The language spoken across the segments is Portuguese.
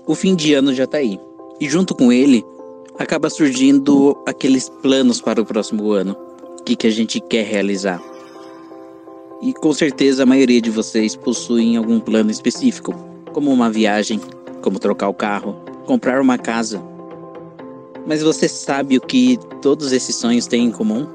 O fim de ano já tá aí. E junto com ele, acaba surgindo aqueles planos para o próximo ano. O que a gente quer realizar. E com certeza a maioria de vocês possuem algum plano específico. Como uma viagem, como trocar o carro, comprar uma casa. Mas você sabe o que todos esses sonhos têm em comum?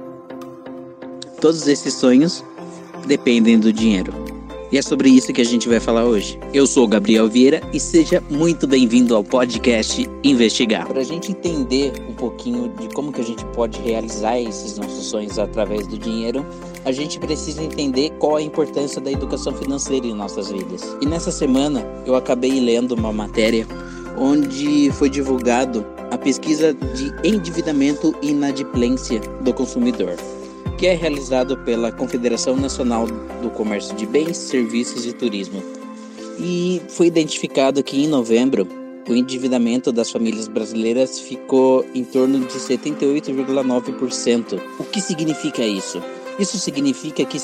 Todos esses sonhos dependem do dinheiro. E é sobre isso que a gente vai falar hoje. Eu sou o Gabriel Vieira e seja muito bem-vindo ao podcast Investigar. Para a gente entender um pouquinho de como que a gente pode realizar esses nossos sonhos através do dinheiro, a gente precisa entender qual a importância da educação financeira em nossas vidas. E nessa semana eu acabei lendo uma matéria onde foi divulgado a pesquisa de endividamento e inadimplência do consumidor, que é realizado pela Confederação Nacional do Comércio de Bens, Serviços e Turismo. E foi identificado que em novembro, o endividamento das famílias brasileiras ficou em torno de 78,9%. O que significa isso? Isso significa que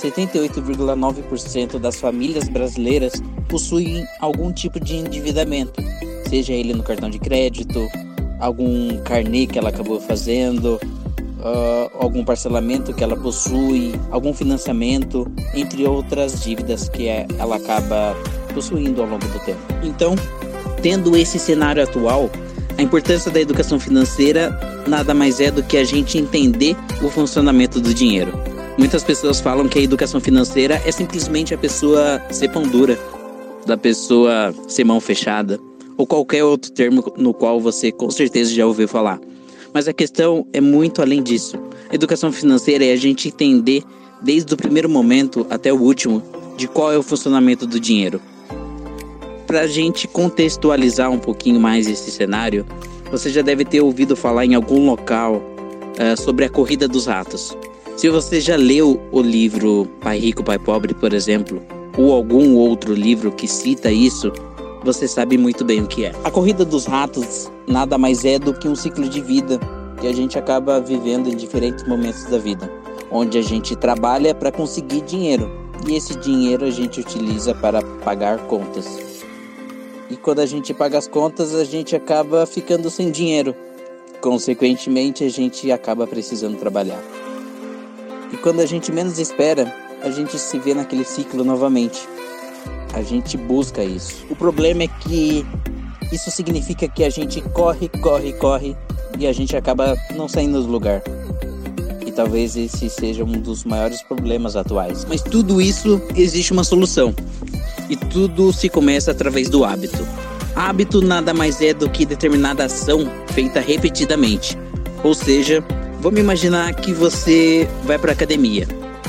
78,9% das famílias brasileiras possuem algum tipo de endividamento, seja ele no cartão de crédito, algum carnê que ela acabou fazendo, algum parcelamento que ela possui, algum financiamento, entre outras dívidas que ela acaba possuindo ao longo do tempo. Então, tendo esse cenário atual, a importância da educação financeira nada mais é do que a gente entender o funcionamento do dinheiro. Muitas pessoas falam que a educação financeira é simplesmente a pessoa ser pão dura, da pessoa ser mão fechada, ou qualquer outro termo no qual você com certeza já ouviu falar. Mas a questão é muito além disso. A educação financeira é a gente entender, desde o primeiro momento até o último, de qual é o funcionamento do dinheiro. Para a gente contextualizar um pouquinho mais esse cenário, você já deve ter ouvido falar em algum local sobre a corrida dos ratos. Se você já leu o livro Pai Rico, Pai Pobre, por exemplo, ou algum outro livro que cita isso, você sabe muito bem o que é. A corrida dos ratos nada mais é do que um ciclo de vida que a gente acaba vivendo em diferentes momentos da vida, onde a gente trabalha para conseguir dinheiro e esse dinheiro a gente utiliza para pagar contas. E quando a gente paga as contas, a gente acaba ficando sem dinheiro. Consequentemente, a gente acaba precisando trabalhar. E quando a gente menos espera, a gente se vê naquele ciclo novamente. A gente busca isso. O problema é que isso significa que a gente corre e a gente acaba não saindo do lugar. E talvez esse seja um dos maiores problemas atuais. Mas tudo isso existe uma solução. E tudo se começa através do hábito. Hábito nada mais é do que determinada ação feita repetidamente. Ou seja, vamos imaginar que você vai para a academia.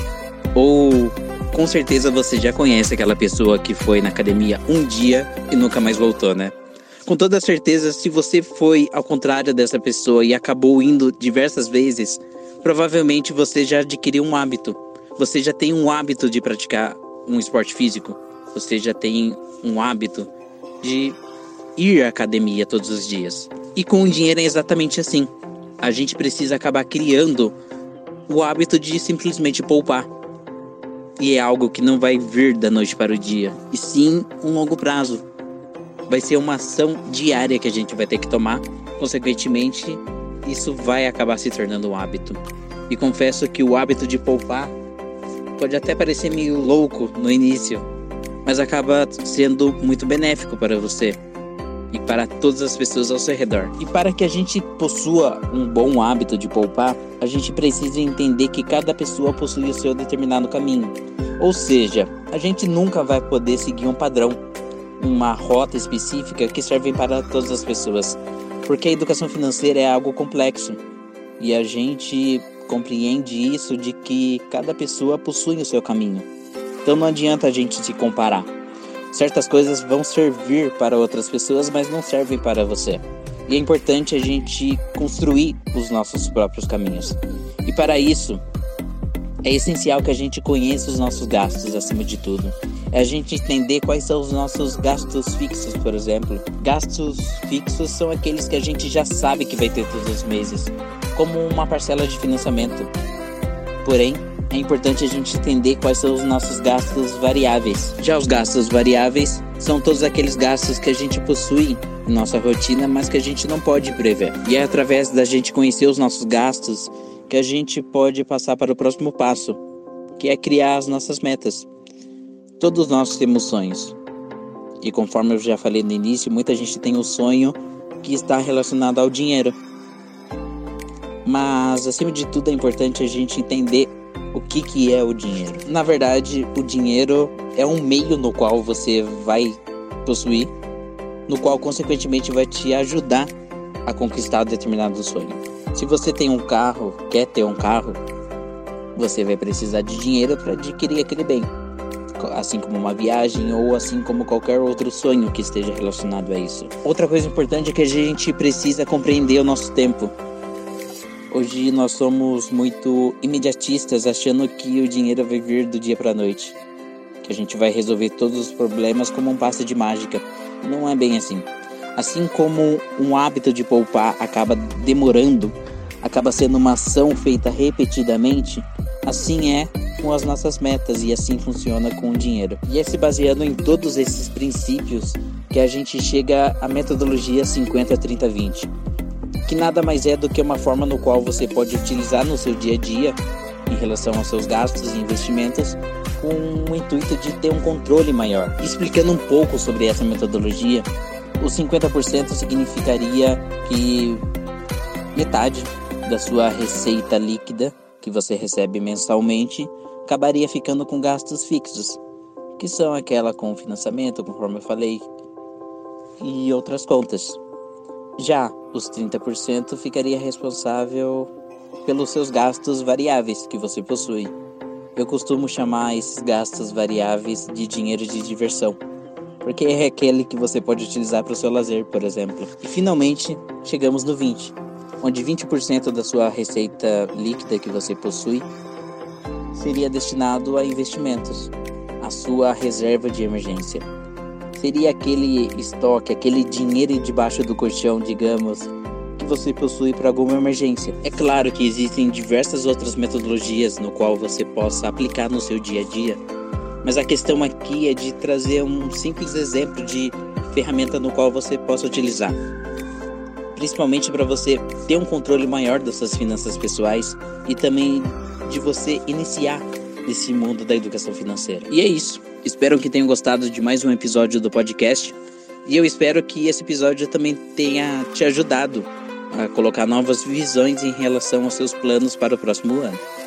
Ou com certeza você já conhece aquela pessoa que foi na academia um dia e nunca mais voltou, né? Com toda certeza, se você foi ao contrário dessa pessoa e acabou indo diversas vezes, provavelmente você já adquiriu um hábito. Você já tem um hábito de praticar um esporte físico. Você já tem um hábito de ir à academia todos os dias. E com o dinheiro é exatamente assim. A gente precisa acabar criando o hábito de simplesmente poupar. E é algo que não vai vir da noite para o dia, e sim um longo prazo. Vai ser uma ação diária que a gente vai ter que tomar. Consequentemente, isso vai acabar se tornando um hábito. E confesso que o hábito de poupar pode até parecer meio louco no início, mas acaba sendo muito benéfico para você e para todas as pessoas ao seu redor. E para que a gente possua um bom hábito de poupar, a gente precisa entender que cada pessoa possui o seu determinado caminho. Ou seja, a gente nunca vai poder seguir um padrão, uma rota específica que serve para todas as pessoas, porque a educação financeira é algo complexo e a gente compreende isso de que cada pessoa possui o seu caminho. Então não adianta a gente se comparar. Certas coisas vão servir para outras pessoas, mas não servem para você. E é importante a gente construir os nossos próprios caminhos. E para isso, é essencial que a gente conheça os nossos gastos acima de tudo. É a gente entender quais são os nossos gastos fixos, por exemplo. Gastos fixos são aqueles que a gente já sabe que vai ter todos os meses, como uma parcela de financiamento. Porém, é importante a gente entender quais são os nossos gastos variáveis. Já os gastos variáveis são todos aqueles gastos que a gente possui em nossa rotina, mas que a gente não pode prever. E é através da gente conhecer os nossos gastos que a gente pode passar para o próximo passo, que é criar as nossas metas. Todos nós temos sonhos. E conforme eu já falei no início, muita gente tem um sonho que está relacionado ao dinheiro. Mas, acima de tudo, é importante a gente entender o que é o dinheiro. Na verdade, o dinheiro é um meio no qual você vai possuir, no qual, consequentemente, vai te ajudar a conquistar determinado sonho. Se você tem um carro, quer ter um carro, você vai precisar de dinheiro para adquirir aquele bem. Assim como uma viagem ou assim como qualquer outro sonho que esteja relacionado a isso. Outra coisa importante é que a gente precisa compreender o nosso tempo. Hoje nós somos muito imediatistas, achando que o dinheiro vai vir do dia para a noite, que a gente vai resolver todos os problemas como um passe de mágica. Não é bem assim. Assim como um hábito de poupar acaba demorando, acaba sendo uma ação feita repetidamente, assim é com as nossas metas e assim funciona com o dinheiro. E é se baseando em todos esses princípios que a gente chega à metodologia 50-30-20, que nada mais é do que uma forma no qual você pode utilizar no seu dia a dia em relação aos seus gastos e investimentos com o intuito de ter um controle maior. Explicando um pouco sobre essa metodologia, o 50% significaria que metade da sua receita líquida que você recebe mensalmente acabaria ficando com gastos fixos, que são aquela com financiamento, conforme eu falei, e outras contas. Já os 30% ficaria responsável pelos seus gastos variáveis que você possui. Eu costumo chamar esses gastos variáveis de dinheiro de diversão, porque é aquele que você pode utilizar para o seu lazer, por exemplo. E finalmente chegamos no 20%, onde 20% da sua receita líquida que você possui seria destinado a investimentos, a sua reserva de emergência. Seria aquele estoque, aquele dinheiro debaixo do colchão, digamos, que você possui para alguma emergência. É claro que existem diversas outras metodologias no qual você possa aplicar no seu dia a dia, mas a questão aqui é de trazer um simples exemplo de ferramenta no qual você possa utilizar, principalmente para você ter um controle maior das suas finanças pessoais e também de você iniciar nesse mundo da educação financeira. E é isso. Espero que tenham gostado de mais um episódio do podcast e eu espero que esse episódio também tenha te ajudado a colocar novas visões em relação aos seus planos para o próximo ano.